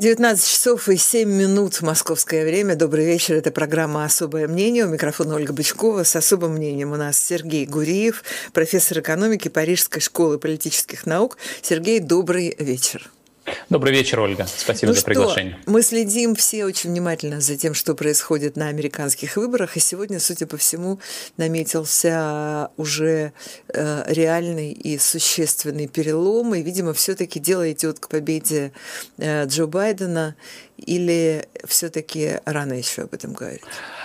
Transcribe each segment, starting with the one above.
19 часов и 7 минут московское время. Добрый вечер. Это программа «Особое мнение». У микрофона Ольга Бычкова. С особым мнением у нас Сергей Гуриев, профессор экономики Парижской школы политических наук. Сергей, добрый вечер. Добрый вечер, Ольга. Спасибо за приглашение. Мы следим все очень внимательно за тем, что происходит на американских выборах. И сегодня, судя по всему, наметился уже реальный и существенный перелом. И, видимо, все-таки дело идет к победе Джо Байдена. Или все-таки рано еще об этом говорить?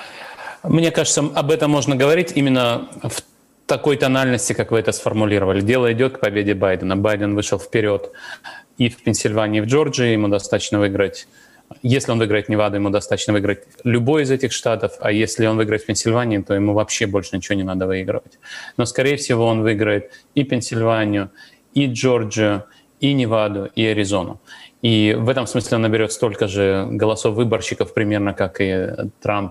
Мне кажется, об этом можно говорить именно в такой тональности, как вы это сформулировали. Дело идет к победе Байдена. Байден вышел вперед и в Пенсильвании, и в Джорджии. Ему достаточно выиграть. Если он выиграет Неваду, ему достаточно выиграть любой из этих штатов. А если он выиграет в Пенсильвании, то ему вообще больше ничего не надо выигрывать. Но, скорее всего, он выиграет и Пенсильванию, и Джорджию, и Неваду, и Аризону. И в этом смысле он наберет столько же голосов выборщиков, примерно как и Трамп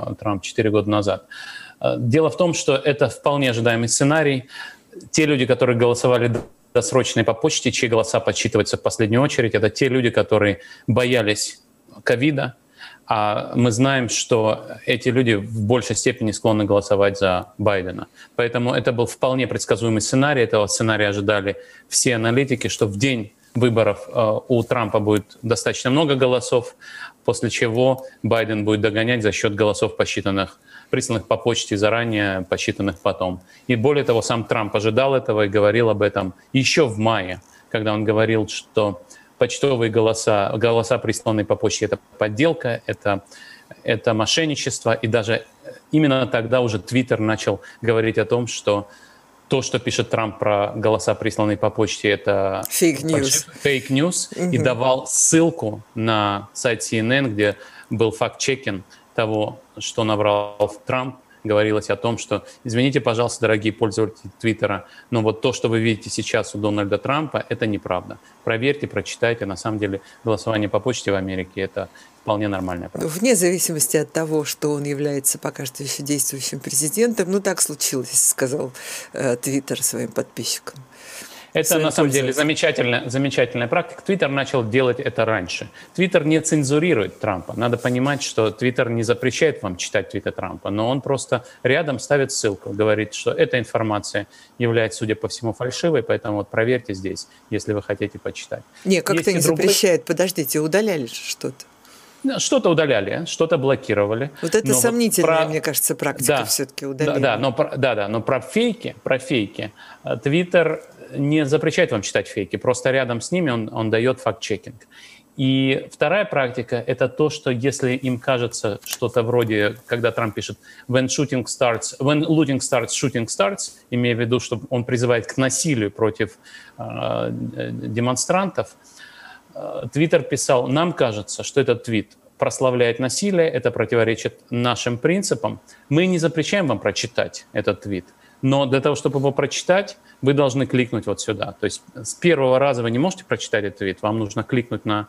4 года назад. Дело в том, что это вполне ожидаемый сценарий. Те люди, которые голосовали досрочные по почте, чьи голоса подсчитываются в последнюю очередь, это те люди, которые боялись ковида, а мы знаем, что эти люди в большей степени склонны голосовать за Байдена. Поэтому это был вполне предсказуемый сценарий. Этого сценария ожидали все аналитики, что в день выборов у Трампа будет достаточно много голосов, после чего Байден будет догонять за счет голосов, присланных по почте заранее, посчитанных потом. И более того, сам Трамп ожидал этого и говорил об этом еще в мае, когда он говорил, что почтовые голоса, присланные по почте, это подделка, это мошенничество. И даже именно тогда уже Твиттер начал говорить о том, что то, что пишет Трамп про голоса, присланные по почте, это фейк-ньюс, и давал ссылку на сайт CNN, где был факт-чекинг того, что наврал Трамп. Говорилось о том, что, извините, пожалуйста, дорогие пользователи Твиттера, но вот то, что вы видите сейчас у Дональда Трампа, это неправда. Проверьте, прочитайте. На самом деле голосование по почте в Америке – это вполне нормальная практика. Вне зависимости от того, что он является пока что еще действующим президентом, ну так случилось, сказал Твиттер своим подписчикам. Это на самом деле замечательная практика. Твиттер начал делать это раньше. Твиттер не цензурирует Трампа. Надо понимать, что Твиттер не запрещает вам читать твиты Трампа, но он просто рядом ставит ссылку, говорит, что эта информация является, судя по всему, фальшивой, поэтому вот проверьте здесь, если вы хотите почитать. Не, как-то не запрещает. Подождите, удаляли же что-то. Что-то удаляли, что-то блокировали. Вот это сомнительная, мне кажется, практика все-таки удаления. Но про фейки Твиттер не запрещает вам читать фейки, просто рядом с ними он дает факт-чекинг. И вторая практика – это то, что если им кажется что-то вроде, когда Трамп пишет «when looting starts, shooting starts», имея в виду, что он призывает к насилию против демонстрантов, Твиттер писал: «Нам кажется, что этот твит прославляет насилие, это противоречит нашим принципам. Мы не запрещаем вам прочитать этот твит, но для того, чтобы его прочитать, вы должны кликнуть вот сюда». То есть с первого раза вы не можете прочитать этот твит, вам нужно кликнуть на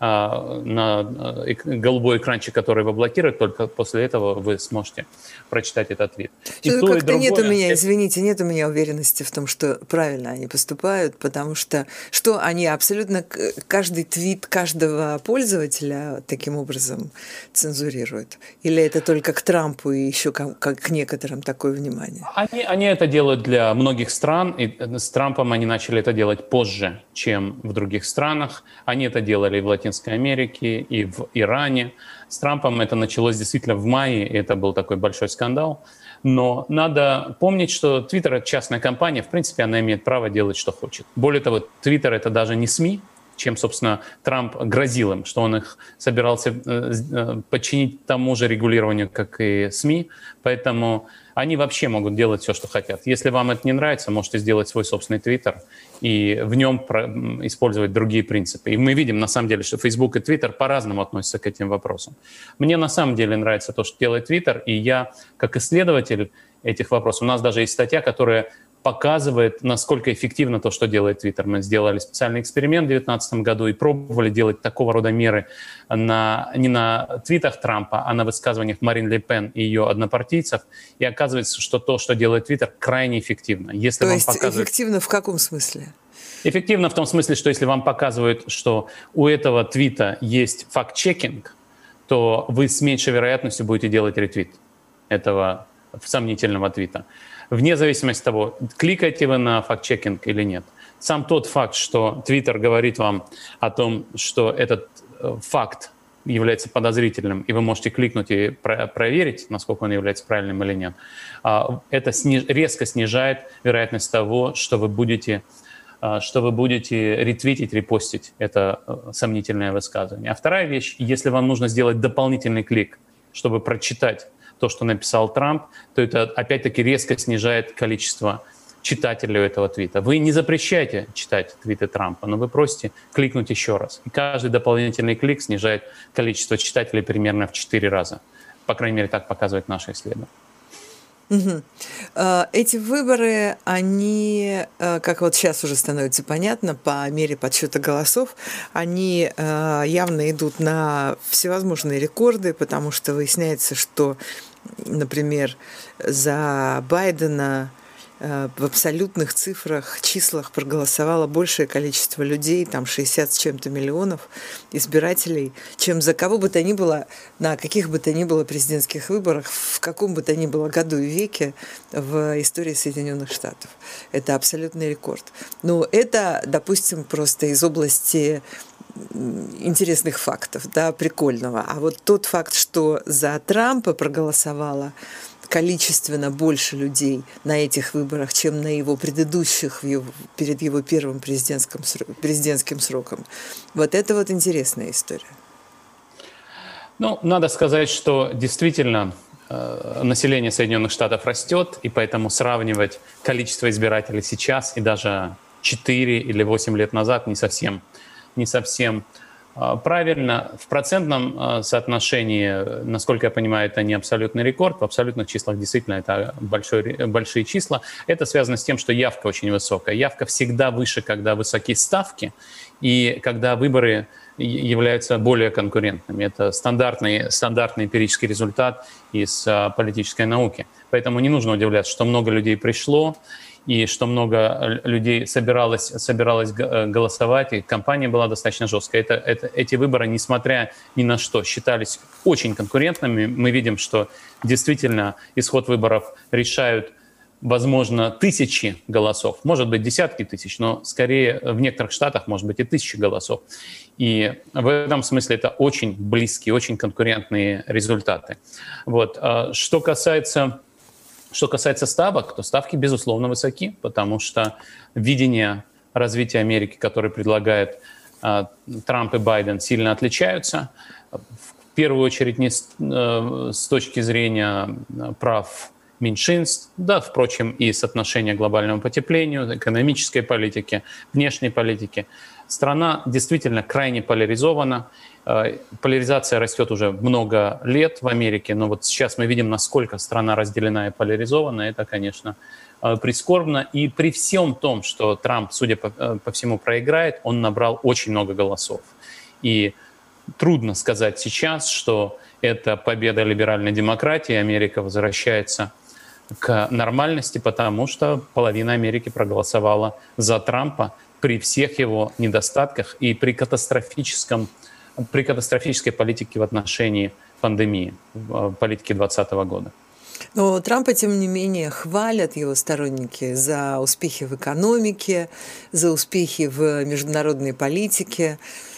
голубой экранчик, который его блокирует, только после этого вы сможете прочитать этот твит. Как-то нет у меня уверенности в том, что правильно они поступают, потому что они абсолютно каждый твит каждого пользователя таким образом цензурируют? Или это только к Трампу и еще к некоторым такое внимание? Они это делают для многих стран, и с Трампом они начали это делать позже, чем в других странах. Они это делали и в Латинской Америке, и в Иране. С Трампом это началось действительно в мае, и это был такой большой скандал. Но надо помнить, что Твиттер — это частная компания, в принципе, она имеет право делать, что хочет. Более того, Твиттер — это даже не СМИ, чем, собственно, Трамп грозил им, что он их собирался подчинить тому же регулированию, как и СМИ. Поэтому они вообще могут делать все, что хотят. Если вам это не нравится, можете сделать свой собственный Твиттер и в нем использовать другие принципы. И мы видим, на самом деле, что Facebook и Твиттер по-разному относятся к этим вопросам. Мне на самом деле нравится то, что делает Твиттер, и я, как исследователь этих вопросов, у нас даже есть статья, которая показывает, насколько эффективно то, что делает Твиттер. Мы сделали специальный эксперимент в 2019 году и пробовали делать такого рода меры не на твитах Трампа, а на высказываниях Марин Ле Пен и ее однопартийцев. И оказывается, что то, что делает Твиттер, крайне эффективно. Если то есть эффективно в каком смысле? Эффективно в том смысле, что если вам показывают, что у этого твита есть факт-чекинг, то вы с меньшей вероятностью будете делать ретвит этого сомнительного твита. Вне зависимости от того, кликаете вы на факт-чекинг или нет. Сам тот факт, что Twitter говорит вам о том, что этот факт является подозрительным, и вы можете кликнуть и проверить, насколько он является правильным или нет, это резко снижает вероятность того, что вы будете ретвитить, репостить это сомнительное высказывание. А вторая вещь, если вам нужно сделать дополнительный клик, чтобы прочитать то, что написал Трамп, то это опять-таки резко снижает количество читателей этого твита. Вы не запрещаете читать твиты Трампа, но вы просите кликнуть еще раз. И каждый дополнительный клик снижает количество читателей примерно в 4 раза. По крайней мере, так показывает наше исследование. Угу. Эти выборы, они, как вот сейчас уже становится понятно, по мере подсчета голосов, они явно идут на всевозможные рекорды, потому что выясняется, что, например, за Байдена в абсолютных цифрах, числах проголосовало большее количество людей, там 60 с чем-то миллионов избирателей, чем за кого бы то ни было, на каких бы то ни было президентских выборах, в каком бы то ни было году и веке в истории Соединенных Штатов. Это абсолютный рекорд. Но это, допустим, просто из области интересных фактов, да, прикольного. А вот тот факт, что за Трампа проголосовало количественно больше людей на этих выборах, чем на его предыдущих, перед его первым президентским сроком. Вот это вот интересная история. Ну, надо сказать, что действительно население Соединенных Штатов растет, и поэтому сравнивать количество избирателей сейчас и даже 4 или 8 лет назад не совсем правильно. В процентном соотношении, насколько я понимаю, это не абсолютный рекорд. В абсолютных числах действительно это большие числа. Это связано с тем, что явка очень высокая. Явка всегда выше, когда высокие ставки и когда выборы являются более конкурентными. Это стандартный эмпирический результат из политической науки. Поэтому не нужно удивляться, что много людей пришло, и что много людей собиралось голосовать, и кампания была достаточно жесткая. Эти выборы, несмотря ни на что, считались очень конкурентными. Мы видим, что действительно исход выборов решают, возможно, тысячи голосов, может быть, десятки тысяч, но скорее в некоторых штатах, может быть, и тысячи голосов. И в этом смысле это очень близкие, очень конкурентные результаты. Вот. Что касается ставок, то ставки, безусловно, высоки, потому что видение развития Америки, которое предлагает Трамп и Байден, сильно отличаются. В первую очередь не с точки зрения прав меньшинств, да, впрочем, и с отношения к глобальному потеплению, экономической политики, внешней политики. Страна действительно крайне поляризована. Поляризация растет уже много лет в Америке, но вот сейчас мы видим, насколько страна разделена и поляризована. Это, конечно, прискорбно. И при всем том, что Трамп, судя по всему, проиграет, он набрал очень много голосов. И трудно сказать сейчас, что это победа либеральной демократии, Америка возвращается к нормальности, потому что половина Америки проголосовала за Трампа при всех его недостатках и при катастрофической политике в отношении пандемии, политики 2020 года. Но Трампа, тем не менее, хвалят его сторонники за успехи в экономике, за успехи в международной политике.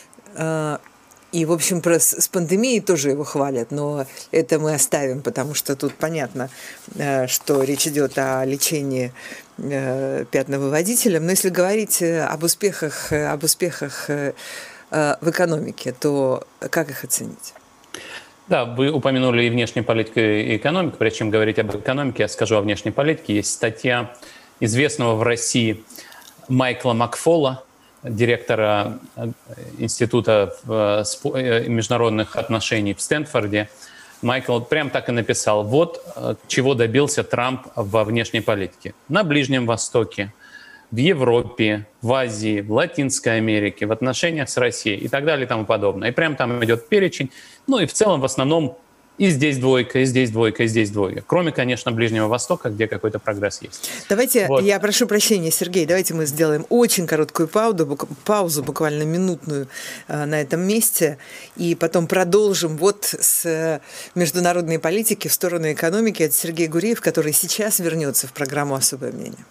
И, в общем, с пандемией тоже его хвалят, но это мы оставим, потому что тут понятно, что речь идет о лечении пятновыводителем. Но если говорить об успехах в экономике, то как их оценить? Да, вы упомянули и внешнюю политику, и экономику. Прежде чем говорить об экономике, я скажу о внешней политике. Есть статья известного в России Майкла Макфола, директора Института международных отношений в Стэнфорде. Майкл прям так и написал: вот чего добился Трамп во внешней политике. На Ближнем Востоке, в Европе, в Азии, в Латинской Америке, в отношениях с Россией и так далее и тому подобное. И прям там идет перечень. Ну и в целом, в основном, И здесь двойка, и здесь двойка, и здесь двойка. Кроме, конечно, Ближнего Востока, где какой-то прогресс есть. Давайте, я прошу прощения, Сергей, давайте мы сделаем очень короткую паузу, буквально минутную на этом месте, и потом продолжим с международной политики в сторону экономики. Это Сергей Гуриев, который сейчас вернется в программу «Особое мнение».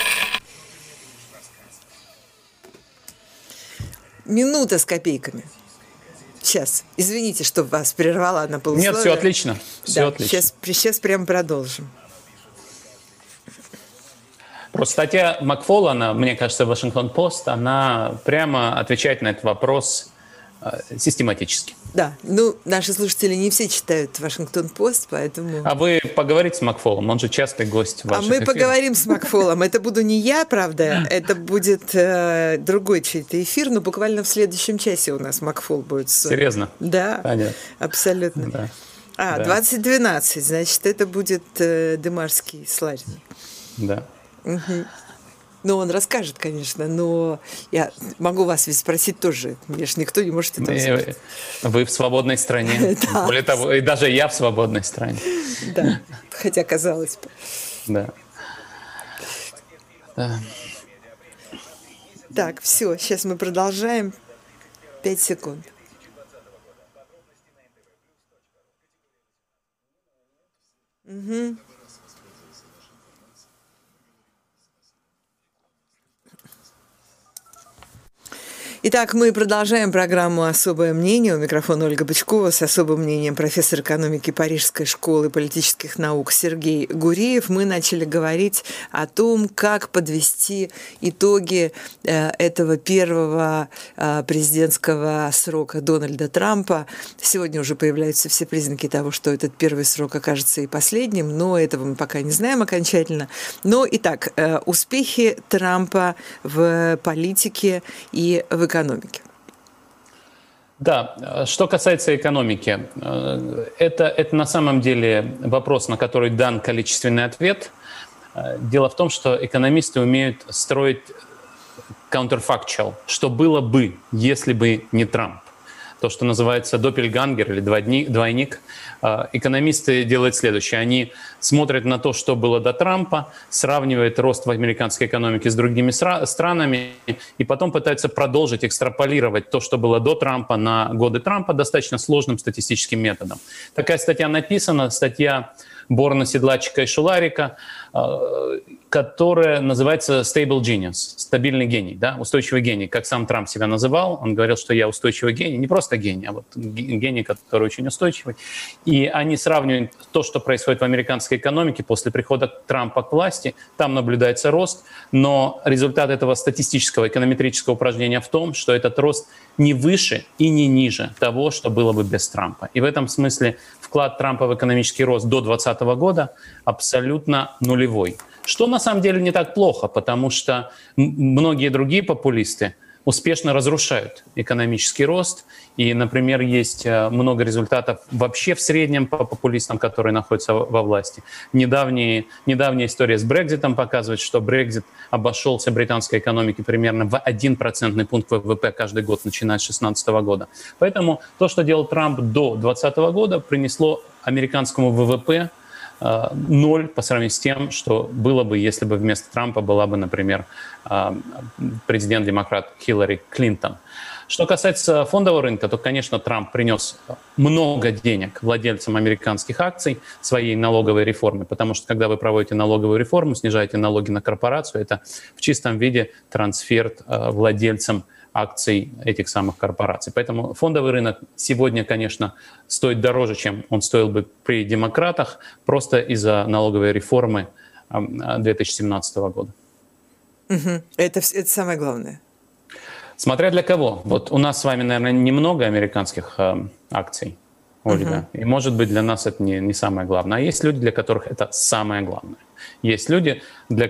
Минута с копейками. Сейчас, извините, что вас прервала на полусловие. Нет, все отлично. Все отлично. Сейчас прямо продолжим. Просто статья Макфоллана, мне кажется, «Вашингтон-Пост», она прямо отвечает на этот вопрос систематически. Да, наши слушатели не все читают «Вашингтон-Пост», поэтому... А вы поговорите с Макфоллом, он же частый гость ваших эфиров. Поговорим с Макфоллом. Это буду не я, правда, это будет другой чей-то эфир, но буквально в следующем часе у нас Макфол будет. Серьезно? Да, понятно. Абсолютно. Да. 2012, значит, это будет Дымарский с Лариной. Да. Угу. Он расскажет, конечно, но я могу вас ведь спросить тоже. Мне же никто не может это сказать. Вы в свободной стране. Более того, и даже я в свободной стране. Да, хотя казалось бы. Да. Так, все, сейчас мы продолжаем. 5 секунд. Угу. Итак, мы продолжаем программу «Особое мнение». У микрофона Ольга Бычкова с особым мнением профессор экономики Парижской школы политических наук Сергей Гуриев. Мы начали говорить о том, как подвести итоги этого первого президентского срока Дональда Трампа. Сегодня уже появляются все признаки того, что этот первый срок окажется и последним, но этого мы пока не знаем окончательно. Но, итак, успехи Трампа в политике и в экономике. Да, что касается экономики, это на самом деле вопрос, на который дан количественный ответ. Дело в том, что экономисты умеют строить counterfactual, что было бы, если бы не Трамп. То, что называется доппельгангер или двойник. Экономисты делают следующее. Они смотрят на то, что было до Трампа, сравнивают рост в американской экономике с другими странами, и потом пытаются продолжить экстраполировать то, что было до Трампа, на годы Трампа достаточно сложным статистическим методом. Такая статья написана, статья Борна, Седлачика и Шуларика, которая называется «Stable Genius», «Стабильный гений», да? «Устойчивый гений», как сам Трамп себя называл. Он говорил, что я устойчивый гений, не просто гений, а вот гений, который очень устойчивый. И они сравнивают то, что происходит в американской экономике после прихода Трампа к власти. Там наблюдается рост, но результат этого статистического эконометрического упражнения в том, что этот рост не выше и не ниже того, что было бы без Трампа. И в этом смысле вклад Трампа в экономический рост до 2020 года абсолютно нулевой. Что на самом деле не так плохо, потому что многие другие популисты успешно разрушают экономический рост. И, например, есть много результатов вообще в среднем по популистам, которые находятся во власти. Недавняя история с Брекситом показывает, что Брексит обошелся британской экономике примерно в 1 процентный пункт ВВП каждый год, начиная с 2016 года. Поэтому то, что делал Трамп до 2020 года, принесло американскому ВВП 0 по сравнению с тем, что было бы, если бы вместо Трампа была бы, например, президент-демократ Хиллари Клинтон. Что касается фондового рынка, то, конечно, Трамп принес много денег владельцам американских акций своей налоговой реформы, потому что, когда вы проводите налоговую реформу, снижаете налоги на корпорацию, это в чистом виде трансфер владельцам акций этих самых корпораций. Поэтому фондовый рынок сегодня, конечно, стоит дороже, чем он стоил бы при демократах, просто из-за налоговой реформы 2017 года. Угу. Это самое главное. Смотря для кого. Вот у нас с вами, наверное, немного американских акций, Ольга. И, может быть, для нас это не самое главное. А есть люди, для которых это самое главное. Есть люди,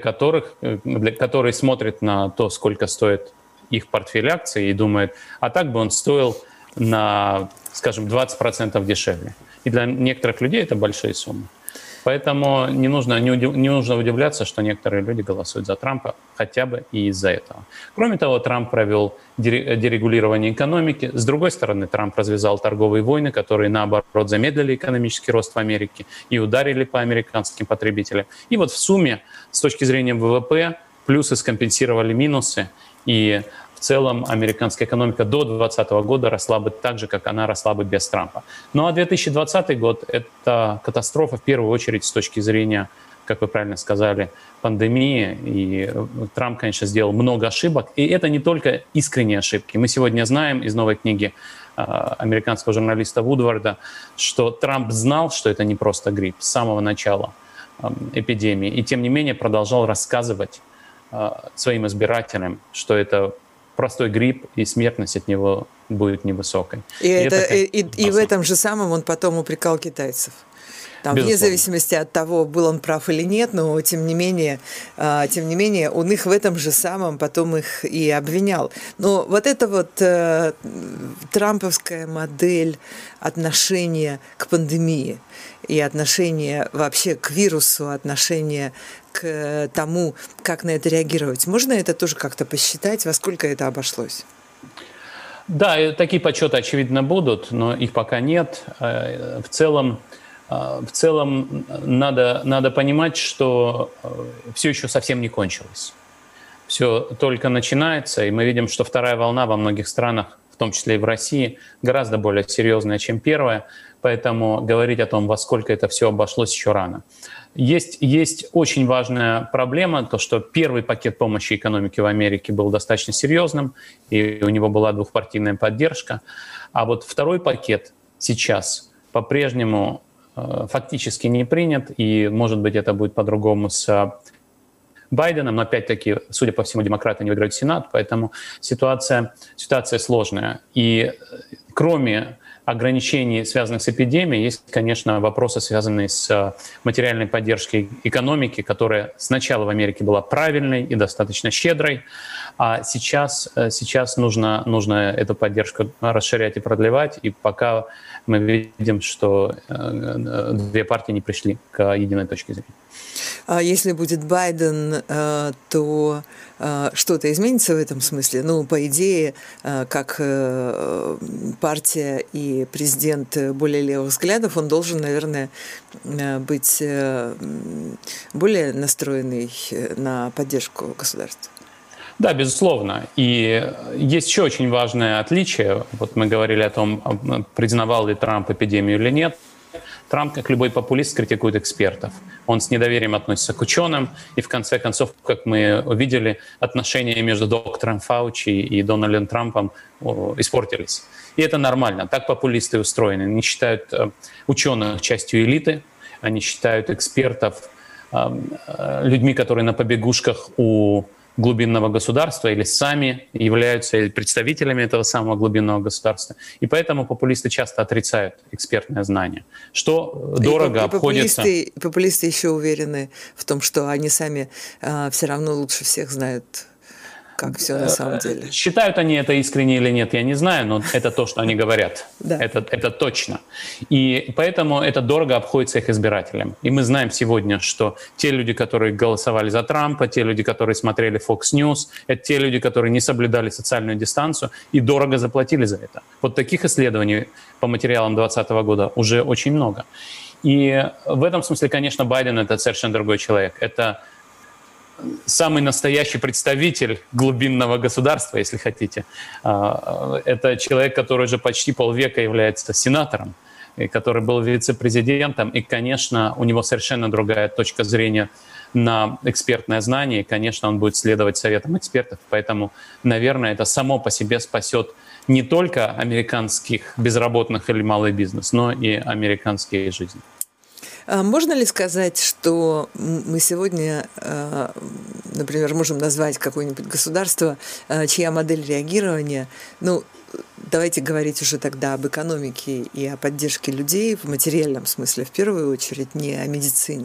которые смотрят на то, сколько стоит их портфель акций и думают, а так бы он стоил на, скажем, 20% дешевле. И для некоторых людей это большие суммы. Поэтому не нужно удивляться, что некоторые люди голосуют за Трампа хотя бы и из-за этого. Кроме того, Трамп провел дерегулирование экономики. С другой стороны, Трамп развязал торговые войны, которые, наоборот, замедлили экономический рост в Америке и ударили по американским потребителям. И вот в сумме, с точки зрения ВВП, плюсы скомпенсировали минусы, и в целом американская экономика до 2020 года росла бы так же, как она росла бы без Трампа. Ну а 2020 год – это катастрофа в первую очередь с точки зрения, как вы правильно сказали, пандемии. И Трамп, конечно, сделал много ошибок. И это не только искренние ошибки. Мы сегодня знаем из новой книги американского журналиста Вудварда, что Трамп знал, что это не просто грипп с самого начала эпидемии. И тем не менее продолжал рассказывать своим избирателям, что это простой грипп, и смертность от него будет невысокой. И в этом же самом он потом упрекал китайцев. Там, вне зависимости от того, был он прав или нет, но тем не менее он их в этом же самом потом их и обвинял. Но вот эта вот трамповская модель отношения к пандемии и отношения вообще к вирусу, отношения к тому, как на это реагировать, можно это тоже как-то посчитать, во сколько это обошлось? Да, такие подсчеты, очевидно, будут, но их пока нет. В целом надо понимать, что все еще совсем не кончилось. Все только начинается, и мы видим, что вторая волна во многих странах, в том числе и в России, гораздо более серьезная, чем первая. Поэтому говорить о том, во сколько это все обошлось, еще рано. Есть очень важная проблема, то, что первый пакет помощи экономике в Америке был достаточно серьезным, и у него была двухпартийная поддержка. А вот второй пакет сейчас по-прежнему фактически не принят, и, может быть, это будет по-другому с Байденом, но, опять-таки, судя по всему, демократы не выиграют Сенат, поэтому ситуация сложная. И кроме ограничений, связанных с эпидемией, есть, конечно, вопросы, связанные с материальной поддержкой экономики, которая сначала в Америке была правильной и достаточно щедрой, а сейчас нужно эту поддержку расширять и продлевать, и пока мы видим, что две партии не пришли к единой точке зрения. А если будет Байден, то что-то изменится в этом смысле? Ну, по идее, как партия и президент более левых взглядов, он должен, наверное, быть более настроенный на поддержку государства. Да, безусловно. И есть еще очень важное отличие. Вот мы говорили о том, признавал ли Трамп эпидемию или нет. Трамп, как любой популист, критикует экспертов. Он с недоверием относится к ученым. И в конце концов, как мы увидели, отношения между доктором Фаучи и Дональдом Трампом испортились. И это нормально. Так популисты устроены. Они считают ученых частью элиты. Они считают экспертов людьми, которые на побегушках у глубинного государства или сами являются представителями этого самого глубинного государства. И поэтому популисты часто отрицают экспертное знание, что дорого обходится. Популисты еще уверены в том, что они сами все равно лучше всех знают, как все на самом деле. Считают они это искренне или нет, я не знаю, но это то, что они говорят. Да. Это точно. И поэтому это дорого обходится их избирателям. И мы знаем сегодня, что те люди, которые голосовали за Трампа, те люди, которые смотрели Fox News, это те люди, которые не соблюдали социальную дистанцию и дорого заплатили за это. Вот таких исследований по материалам 2020 года уже очень много. И в этом смысле, конечно, Байден — это совершенно другой человек. Это самый настоящий представитель глубинного государства, если хотите. Это человек, который уже почти полвека является сенатором, и который был вице-президентом. И, конечно, у него совершенно другая точка зрения на экспертное знание. И, конечно, он будет следовать советам экспертов. Поэтому, наверное, это само по себе спасет не только американских безработных или малый бизнес, но и американские жизни. Можно ли сказать, что мы сегодня, например, можем назвать какое-нибудь государство, чья модель реагирования, ну, давайте говорить уже тогда об экономике и о поддержке людей в материальном смысле, в первую очередь, не о медицине,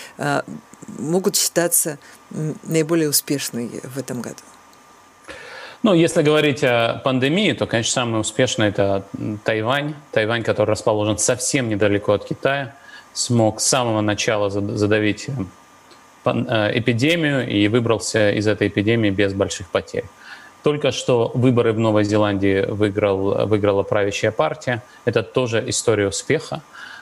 могут считаться наиболее успешной в этом году? Ну, если говорить о пандемии, то, конечно, самый успешный — это Тайвань. Тайвань, который расположен совсем недалеко от Китая. смог с самого начала задавить эпидемию и выбрался из этой эпидемии без больших потерь. Только что выборы в Новой Зеландии выиграла правящая партия. Это тоже история успеха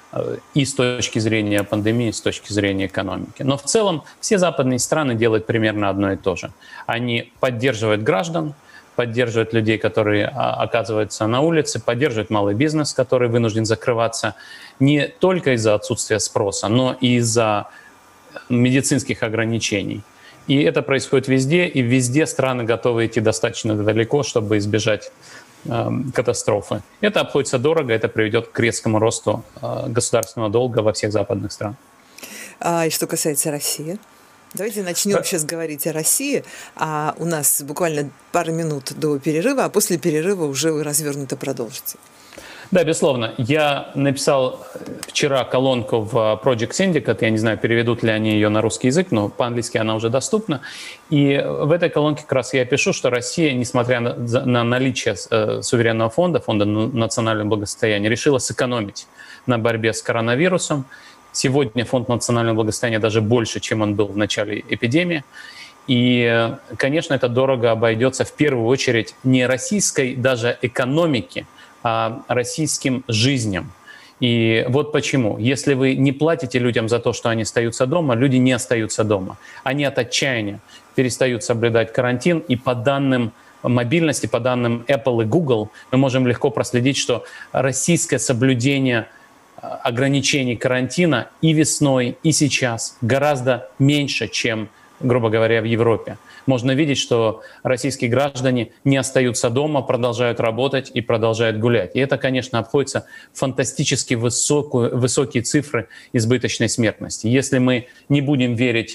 и с точки зрения пандемии, и с точки зрения экономики. Но в целом все западные страны делают примерно одно и то же. Они поддерживают граждан, поддерживают людей, которые оказываются на улице, поддерживают малый бизнес, который вынужден закрываться не только из-за отсутствия спроса, но и из-за медицинских ограничений. И это происходит везде, и везде страны готовы идти достаточно далеко, чтобы избежать катастрофы. Это обходится дорого, это приведет к резкому росту государственного долга во всех западных странах. И что касается России? Давайте начнем сейчас говорить о России. А у нас буквально пару минут до перерыва, а после перерыва уже вы развернуто продолжите. Да, безусловно. Я написал вчера колонку в Project Syndicate. Я не знаю, переведут ли они ее на русский язык, но по-английски она уже доступна. И в этой колонке как раз я пишу, что Россия, несмотря на наличие суверенного фонда национального благосостояния, решила сэкономить на борьбе с коронавирусом. Сегодня фонд национального благосостояния даже больше, чем он был в начале эпидемии. И, конечно, это дорого обойдется в первую очередь не российской даже экономике, а российским жизням. И вот почему. Если вы не платите людям за то, что они остаются дома, люди не остаются дома. Они от отчаяния перестают соблюдать карантин. И по данным мобильности, по данным Apple и Google, мы можем легко проследить, что российское соблюдение ограничений карантина и весной, и сейчас гораздо меньше, чем, грубо говоря, в Европе. Можно видеть, что российские граждане не остаются дома, продолжают работать и продолжают гулять. И это, конечно, обходится в фантастически высокие цифры избыточной смертности. Если мы не будем верить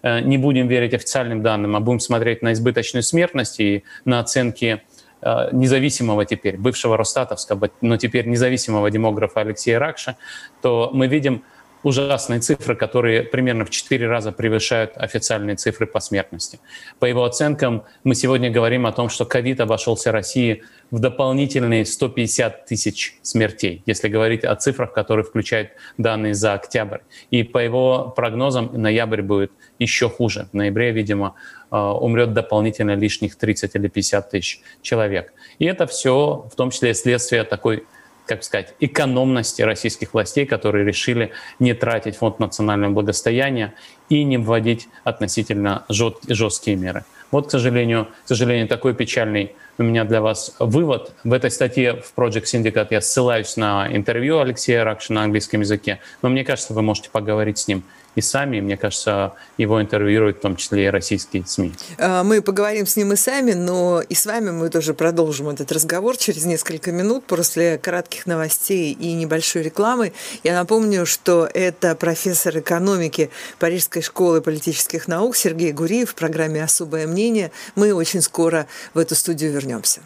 официальным данным, а будем смотреть на избыточную смертность и на оценки независимого теперь, бывшего росстатовского, но теперь независимого демографа Алексея Ракша, то мы видим ужасные цифры, которые примерно в 4 раза превышают официальные цифры по смертности. По его оценкам, мы сегодня говорим о том, что ковид обошелся России в дополнительные 150 тысяч смертей, если говорить о цифрах, которые включают данные за октябрь. И по его прогнозам ноябрь будет еще хуже. В ноябре, видимо, умрет дополнительно лишних 30 или 50 тысяч человек. И это все в том числе следствие такой, как сказать, экономности российских властей, которые решили не тратить фонд национального благосостояния и не вводить относительно жесткие меры. Вот, к сожалению, такой печальный у меня для вас вывод. В этой статье в Project Syndicate я ссылаюсь на интервью Алексея Ракша на английском языке, но мне кажется, вы можете поговорить с ним и сами. Мне кажется, его интервьюируют в том числе и российские СМИ. Мы поговорим с ним и сами, но и с вами мы тоже продолжим этот разговор через несколько минут после кратких новостей и небольшой рекламы. Я напомню, что это профессор экономики Парижской школы политических наук Сергей Гуриев в программе «Особое мнение». Мы очень скоро в эту студию вернемся.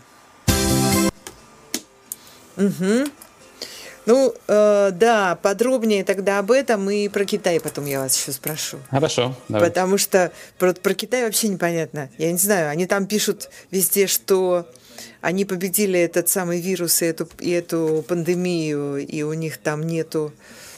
Угу. Да, подробнее тогда об этом и про Китай потом я вас еще спрошу. Хорошо, давай. Потому что про Китай вообще непонятно. Я не знаю, они там пишут везде, что они победили этот самый вирус и эту пандемию, и у них там нету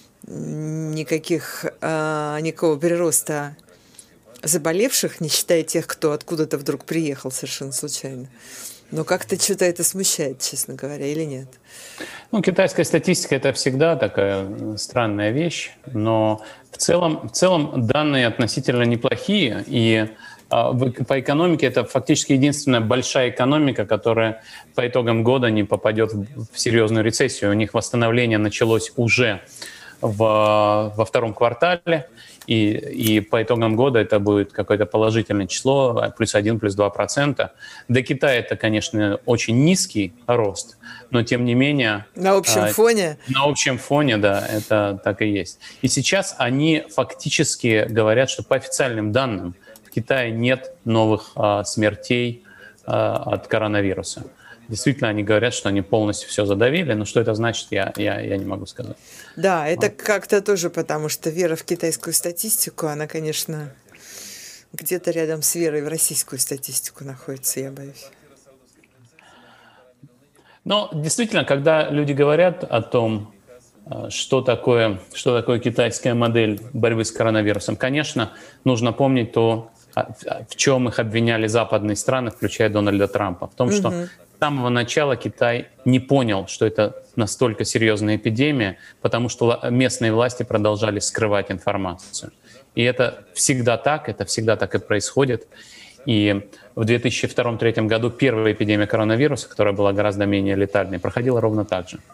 никакого прироста заболевших, не считая тех, кто откуда-то вдруг приехал совершенно случайно. Но как-то что-то это смущает, честно говоря, или нет? Китайская статистика – это всегда такая странная вещь, но в целом данные относительно неплохие, и по экономике это фактически единственная большая экономика, которая по итогам года не попадет в серьезную рецессию. У них восстановление началось уже во втором квартале, и по итогам года это будет какое-то положительное число, +1, +2%. Для Китая это, конечно, очень низкий рост, но тем не менее... На общем фоне? На общем фоне, да, это так и есть. И сейчас они фактически говорят, что по официальным данным в Китае нет новых смертей от коронавируса. Действительно, они говорят, что они полностью все задавили, но что это значит, я не могу сказать. Да, это как-то тоже, потому что вера в китайскую статистику, она, конечно, где-то рядом с верой в российскую статистику находится, я боюсь. Но действительно, когда люди говорят о том, что такое китайская модель борьбы с коронавирусом. Конечно, нужно помнить то, в чем их обвиняли западные страны, включая Дональда Трампа. В том, что с самого начала Китай не понял, что это настолько серьезная эпидемия, потому что местные власти продолжали скрывать информацию. И это всегда так и происходит. И в 2002-2003 году первая эпидемия коронавируса, которая была гораздо менее летальной, проходила ровно так же.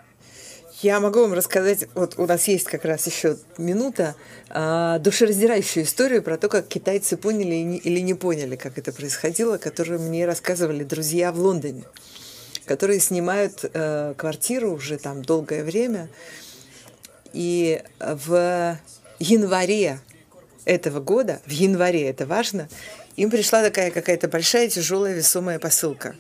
Я могу вам рассказать, вот у нас есть как раз еще минута, душераздирающую историю про то, как китайцы поняли или не поняли, как это происходило, которую мне рассказывали друзья в Лондоне, которые снимают квартиру уже там долгое время. И в январе этого года, в январе, это важно, им пришла такая какая-то большая, тяжелая, весомая посылка.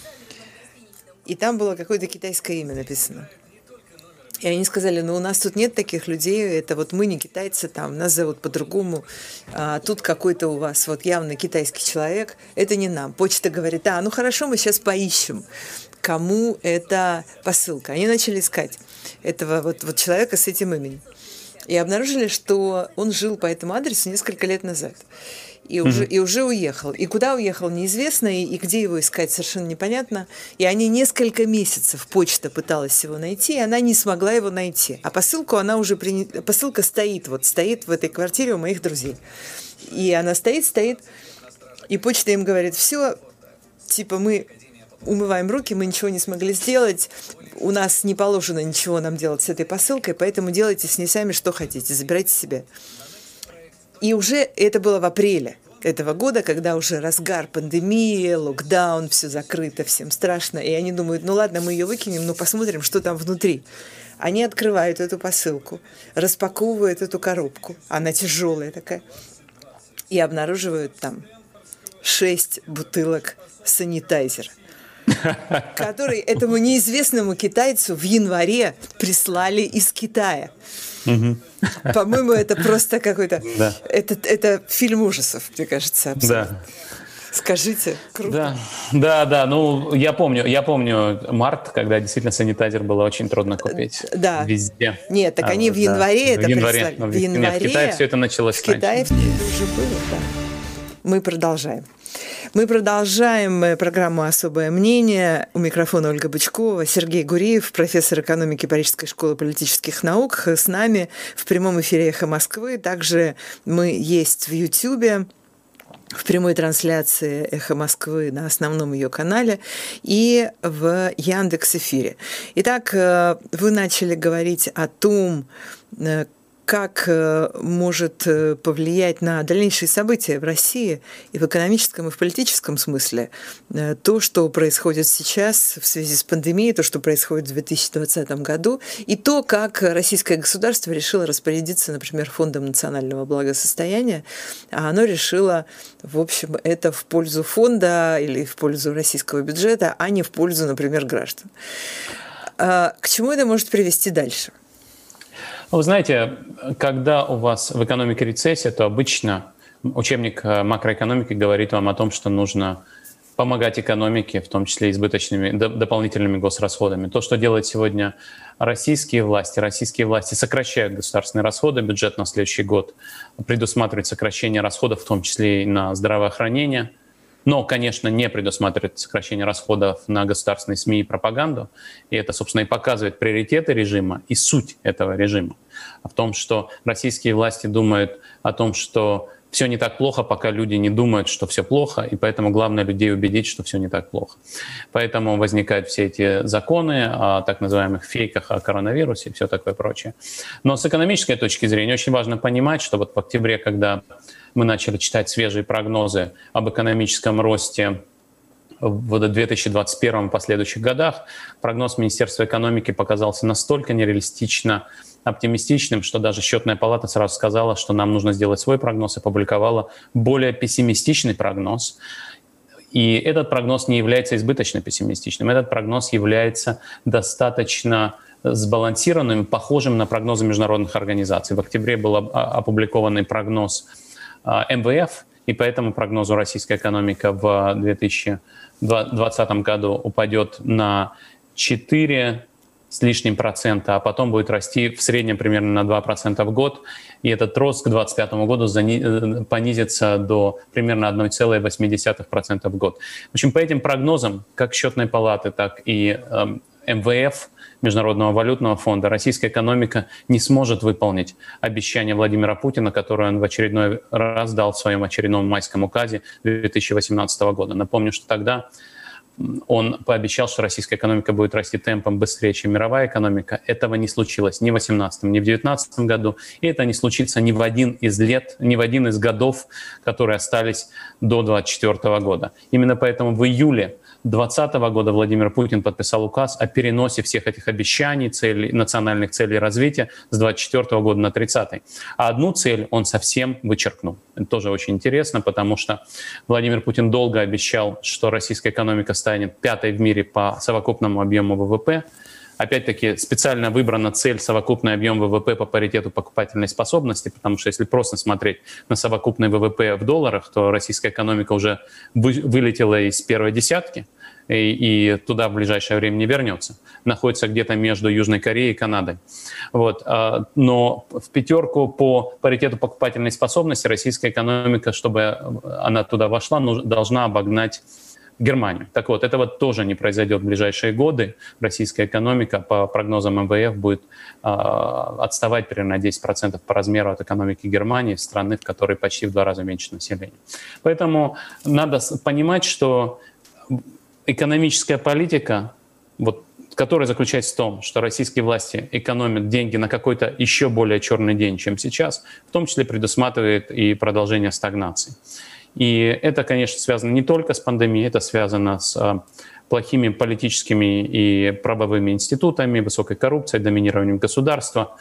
И там было какое-то китайское имя написано. И они сказали, у нас тут нет таких людей, это вот мы не китайцы, там, нас зовут по-другому, тут какой-то у вас вот явно китайский человек, это не нам. Почта говорит, хорошо, мы сейчас поищем, кому эта посылка. Они начали искать этого вот человека с этим именем. И обнаружили, что он жил по этому адресу несколько лет назад. И уже уехал. И куда уехал, неизвестно, и где его искать, совершенно непонятно. И они несколько месяцев, почта пыталась его найти, и она не смогла его найти. А посылку она уже посылка стоит в этой квартире у моих друзей. И она стоит, и почта им говорит, все, типа мы умываем руки, мы ничего не смогли сделать, у нас не положено ничего нам делать с этой посылкой, поэтому делайте с ней сами что хотите, забирайте себе. И уже это было в апреле этого года, когда уже разгар пандемии, локдаун, все закрыто, всем страшно. И они думают, ладно, мы ее выкинем, посмотрим, что там внутри. Они открывают эту посылку, распаковывают эту коробку, она тяжелая такая, и обнаруживают там 6 бутылок санитайзера, который этому неизвестному китайцу в январе прислали из Китая. По-моему, это просто какой-то... Да. Это фильм ужасов, мне кажется, абсолютно. Да. Скажите, круто. Да. Я помню март, когда действительно санитайзер было очень трудно купить. Да. Везде. Нет, так они в январе это прислали. В январе. В Китае все это началось раньше. В Китае это уже было, да. Мы продолжаем. Мы продолжаем программу «Особое мнение». У микрофона Ольга Бычкова, Сергей Гуриев, профессор экономики Парижской школы политических наук. С нами в прямом эфире «Эхо Москвы». Также мы есть в Ютьюбе, в прямой трансляции «Эхо Москвы» на основном ее канале и в Яндекс.Эфире. Итак, вы начали говорить о том, как может повлиять на дальнейшие события в России и в экономическом, и в политическом смысле то, что происходит сейчас в связи с пандемией, то, что происходит в 2020 году, и то, как российское государство решило распорядиться, например, Фондом национального благосостояния, а оно решило, в общем, это в пользу фонда или в пользу российского бюджета, а не в пользу, например, граждан. К чему это может привести дальше? Вы знаете, когда у вас в экономике рецессия, то обычно учебник макроэкономики говорит вам о том, что нужно помогать экономике, в том числе избыточными, дополнительными госрасходами. То, что делают сегодня российские власти сокращают государственные расходы, бюджет на следующий год предусматривает сокращение расходов, в том числе и на здравоохранение, но, конечно, не предусматривает сокращение расходов на государственные СМИ и пропаганду. И это, собственно, и показывает приоритеты режима и суть этого режима. В том, что российские власти думают о том, что все не так плохо, пока люди не думают, что все плохо, и поэтому главное людей убедить, что все не так плохо. Поэтому возникают все эти законы о так называемых фейках о коронавирусе и все такое прочее. Но с экономической точки зрения очень важно понимать, что вот в октябре, когда мы начали читать свежие прогнозы об экономическом росте в 2021 и последующих годах, прогноз Министерства экономики показался настолько нереалистично оптимистичным, что даже Счетная палата сразу сказала, что нам нужно сделать свой прогноз, и опубликовала более пессимистичный прогноз. И этот прогноз не является избыточно пессимистичным, этот прогноз является достаточно сбалансированным, похожим на прогнозы международных организаций. В октябре был опубликованный прогноз МВФ, и по этому прогнозу российская экономика в 2020 году упадет на 4,5% с лишним процента, а потом будет расти в среднем примерно на 2% в год. И этот рост к 2025 году понизится до примерно 1,8% в год. В общем, по этим прогнозам, как Счетной палаты, так и МВФ, Международного валютного фонда, российская экономика не сможет выполнить обещание Владимира Путина, которое он в очередной раз дал в своем очередном майском указе 2018 года. Напомню, что тогда он пообещал, что российская экономика будет расти темпом быстрее, чем мировая экономика. Этого не случилось ни в 2018, ни в 2019 году. И это не случится ни в один из лет, ни в один из годов, которые остались до 2024 года. Именно поэтому в июле 2020 года Владимир Путин подписал указ о переносе всех этих обещаний, целей, национальных целей развития с 2024 года на 2030. А одну цель он совсем вычеркнул. Это тоже очень интересно, потому что Владимир Путин долго обещал, что российская экономика станет пятой в мире по совокупному объему ВВП. Опять-таки специально выбрана цель совокупный объем ВВП по паритету покупательной способности, потому что если просто смотреть на совокупный ВВП в долларах, то российская экономика уже вылетела из первой десятки и туда в ближайшее время не вернется. Находится где-то между Южной Кореей и Канадой. Вот. Но в пятерку по паритету покупательной способности российская экономика, чтобы она туда вошла, должна обогнать Германию. Так вот, этого тоже не произойдет в ближайшие годы. Российская экономика, по прогнозам МВФ, будет отставать примерно на 10% по размеру от экономики Германии, страны, в которой почти в 2 раза меньше населения. Поэтому надо понимать, что экономическая политика, которая заключается в том, что российские власти экономят деньги на какой-то еще более черный день, чем сейчас, в том числе предусматривает и продолжение стагнации. И это, конечно, связано не только с пандемией, это связано с плохими политическими и правовыми институтами, высокой коррупцией, доминированием государства.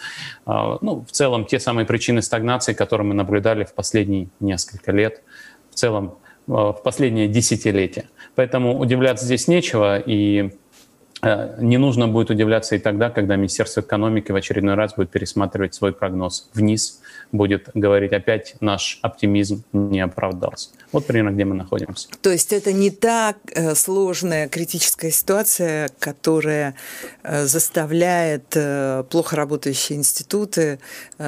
В целом, те самые причины стагнации, которые мы наблюдали в последние несколько лет, в целом в последние десятилетия. Поэтому удивляться здесь нечего, и не нужно будет удивляться и тогда, когда Министерство экономики в очередной раз будет пересматривать свой прогноз вниз, будет говорить, опять наш оптимизм не оправдался. Вот примерно где мы находимся. То есть это не та сложная критическая ситуация, которая заставляет плохо работающие институты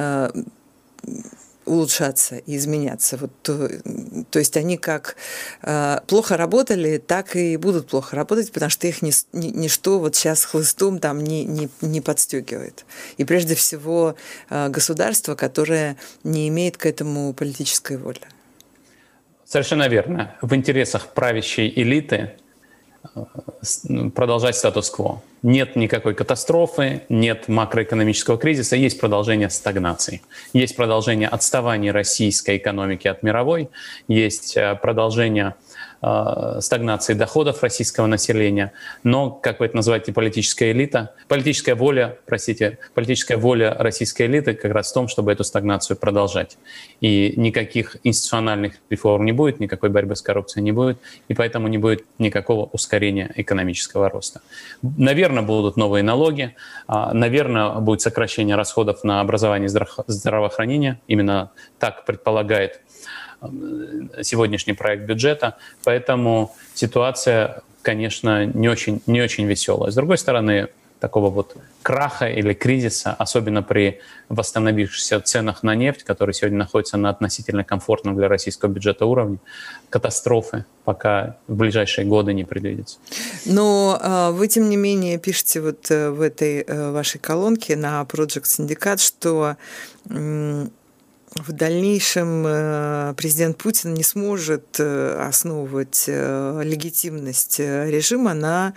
улучшаться и изменяться. То есть они как плохо работали, так и будут плохо работать, потому что их ничто вот сейчас хлыстом там не подстегивает. И прежде всего государство, которое не имеет к этому политической воли. Совершенно верно. В интересах правящей элиты продолжать статус-кво. Нет никакой катастрофы, нет макроэкономического кризиса, есть продолжение стагнации. Есть продолжение отставания российской экономики от мировой, есть продолжение стагнации доходов российского населения, но, как вы это называете, политическая воля российской элиты как раз в том, чтобы эту стагнацию продолжать. И никаких институциональных реформ не будет, никакой борьбы с коррупцией не будет, и поэтому не будет никакого ускорения экономического роста. Наверное, будут новые налоги, наверное, будет сокращение расходов на образование и здравоохранение, именно так предполагает сегодняшний проект бюджета, поэтому ситуация, конечно, не очень веселая. С другой стороны, такого вот краха или кризиса, особенно при восстановившихся ценах на нефть, которые сегодня находятся на относительно комфортном для российского бюджета уровне, катастрофы пока в ближайшие годы не предвидится. Но вы, тем не менее, пишете вот в этой вашей колонке на Project Syndicate, что в дальнейшем президент Путин не сможет основывать легитимность режима на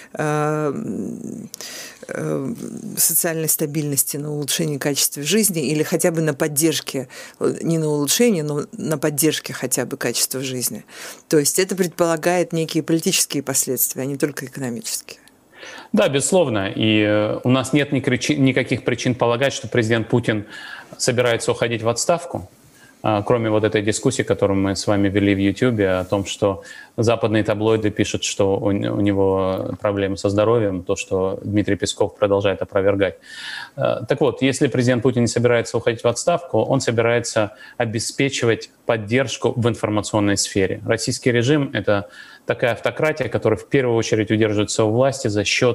социальной стабильности, на улучшении качества жизни или хотя бы на поддержке, не на улучшении, но на поддержке хотя бы качества жизни. То есть это предполагает некие политические последствия, а не только экономические. Да, безусловно. И у нас нет никаких причин полагать, что президент Путин собирается уходить в отставку, кроме вот этой дискуссии, которую мы с вами вели в YouTube, о том, что западные таблоиды пишут, что у него проблемы со здоровьем, то, что Дмитрий Песков продолжает опровергать. Так вот, если президент Путин не собирается уходить в отставку, он собирается обеспечивать поддержку в информационной сфере. Российский режим — это такая автократия, которая в первую очередь удерживается у власти за счет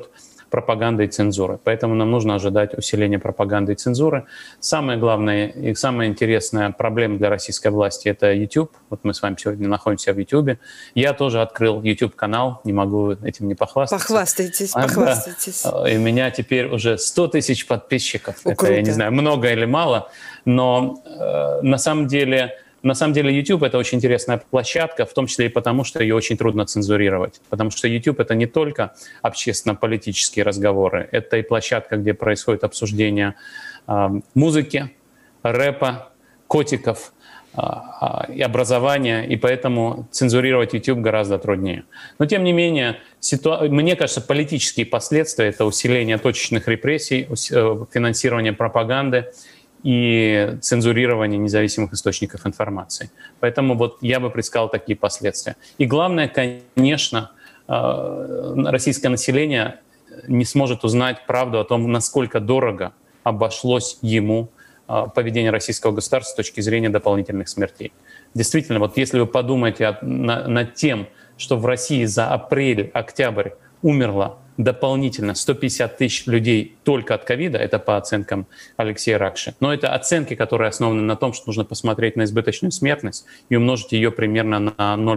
пропаганды и цензуры. Поэтому нам нужно ожидать усиления пропаганды и цензуры. Самое главное и самая интересная проблема для российской власти – это YouTube. Вот мы с вами сегодня находимся в YouTube. Я тоже открыл YouTube-канал, не могу этим не похвастаться. Похвастайтесь, похвастайтесь. И у меня теперь уже 100 тысяч подписчиков. Это, круто. Я не знаю, много или мало, но на самом деле YouTube — это очень интересная площадка, в том числе и потому, что ее очень трудно цензурировать. Потому что YouTube — это не только общественно-политические разговоры, это и площадка, где происходит обсуждение музыки, рэпа, котиков и образования, и поэтому цензурировать YouTube гораздо труднее. Но тем не менее, мне кажется, политические последствия — это усиление точечных репрессий, финансирование пропаганды и цензурирование независимых источников информации. Поэтому вот я бы предсказал такие последствия. И главное, конечно, российское население не сможет узнать правду о том, насколько дорого обошлось ему поведение российского государства с точки зрения дополнительных смертей. Действительно, вот если вы подумаете над тем, что в России за апрель-октябрь умерло дополнительно 150 тысяч людей только от ковида, это по оценкам Алексея Ракши. Но это оценки, которые основаны на том, что нужно посмотреть на избыточную смертность и умножить ее примерно на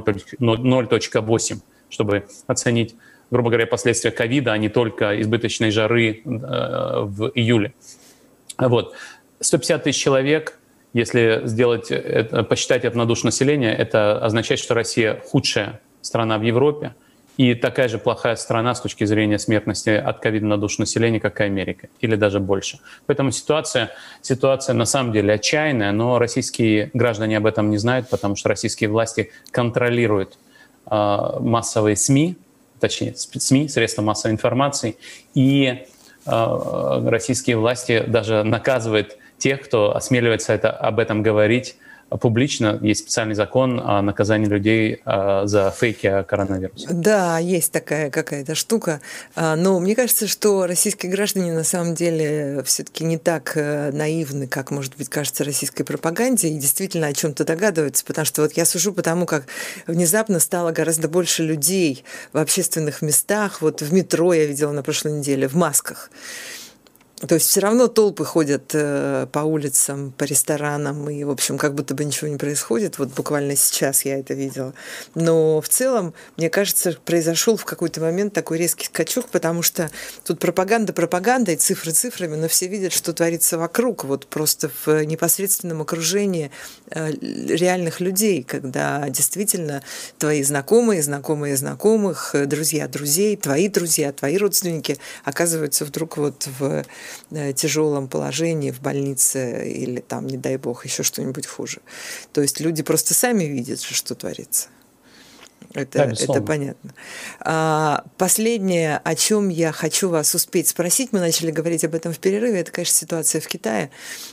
0,8, чтобы оценить, грубо говоря, последствия ковида, а не только избыточной жары в июле. Вот. 150 тысяч человек, если посчитать это на душу населения, это означает, что Россия худшая страна в Европе и такая же плохая страна с точки зрения смертности от ковида на душу населения, как и Америка, или даже больше. Поэтому ситуация на самом деле отчаянная, но российские граждане об этом не знают, потому что российские власти контролируют массовые СМИ, точнее СМИ, средства массовой информации, и российские власти даже наказывают тех, кто осмеливается об этом говорить публично. Есть специальный закон о наказании людей за фейки о коронавирусе. Да, есть такая какая-то штука. Но мне кажется, что российские граждане на самом деле все-таки не так наивны, как, может быть, кажется российской пропаганде, и действительно о чем-то догадываются. Потому что вот я сужу по тому, как внезапно стало гораздо больше людей в общественных местах. Вот в метро я видела на прошлой неделе в масках. То есть все равно толпы ходят по улицам, по ресторанам, и, в общем, как будто бы ничего не происходит. Вот буквально сейчас я это видела. Но в целом, мне кажется, произошел в какой-то момент такой резкий скачок, потому что тут пропаганда пропагандой, цифры цифрами, но все видят, что творится вокруг, вот просто в непосредственном окружении реальных людей, когда действительно твои знакомые, знакомые знакомых, друзья друзей, твои родственники оказываются вдруг вот в тяжелом положении в больнице или там, не дай бог, еще что-нибудь хуже. То есть люди просто сами видят, что творится. Это понятно. Последнее, о чем я хочу вас успеть спросить, мы начали говорить об этом в перерыве, это, конечно, ситуация в Китае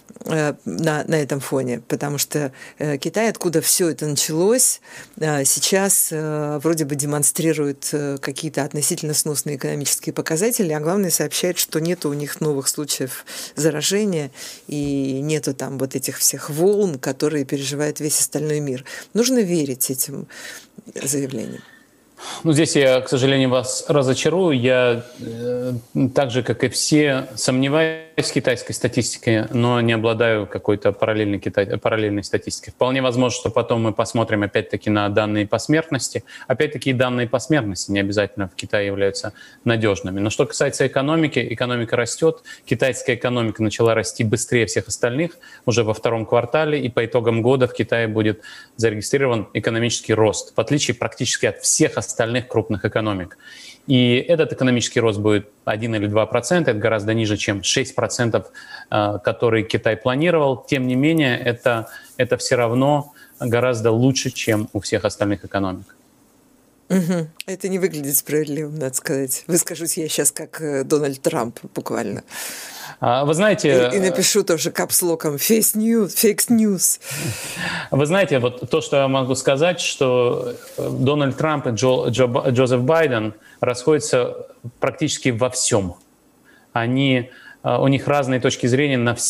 на этом фоне, потому что Китай, откуда все это началось, сейчас вроде бы демонстрирует какие-то относительно сносные экономические показатели, а главное сообщает, что нет у них новых случаев заражения и нету там вот этих всех волн, которые переживает весь остальной мир. Нужно верить этим заявлением? Ну, здесь я, к сожалению, вас разочарую. Я, так же, как и все, сомневаюсь в китайской статистике, но не обладаю какой-то параллельной статистикой. Вполне возможно, что потом мы посмотрим опять-таки на данные по смертности. Опять-таки данные по смертности не обязательно в Китае являются надежными. Но что касается экономики, экономика растет. Китайская экономика начала расти быстрее всех остальных уже во втором квартале, и по итогам года в Китае будет зарегистрирован экономический рост, в отличие практически от всех остальных крупных экономик. И этот экономический рост будет 1 или 2%, это гораздо ниже, чем 6%, которые Китай планировал. Тем не менее, это все равно гораздо лучше, чем у всех остальных экономик. Угу. Это не выглядит справедливым, надо сказать. Выскажусь я сейчас как Дональд Трамп, буквально. Вы знаете... И напишу тоже капслоком «Fake news». Вы знаете, вот то, что я могу сказать, что Дональд Трамп и Джозеф Байден расходятся практически во всем. У них разные точки зрения на все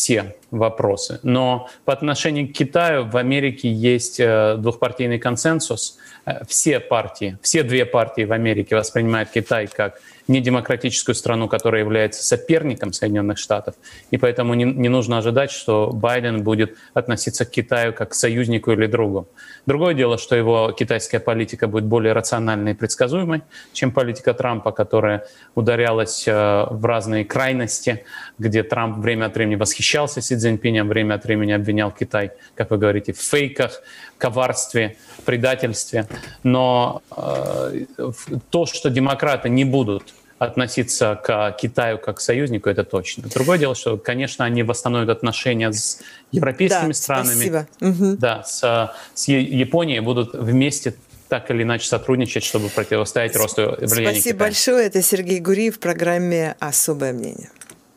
вопросы. Но по отношению к Китаю в Америке есть двухпартийный консенсус. Все две партии в Америке воспринимают Китай как недемократическую страну, которая является соперником Соединенных Штатов. И поэтому не нужно ожидать, что Байден будет относиться к Китаю как к союзнику или другу. Другое дело, что его китайская политика будет более рациональной и предсказуемой, чем политика Трампа, которая ударялась в разные крайности, где Трамп время от времени восхищался Си Цзиньпинем, время от времени обвинял Китай, как вы говорите, в фейках, коварстве, предательстве. Но то, что демократы не будут относиться к Китаю как к союзнику, это точно. Другое дело, что, конечно, они восстановят отношения с европейскими странами, с Японией, будут вместе так или иначе сотрудничать, чтобы противостоять росту влияния Китая. Спасибо большое. Это Сергей Гуриев в программе «Особое мнение».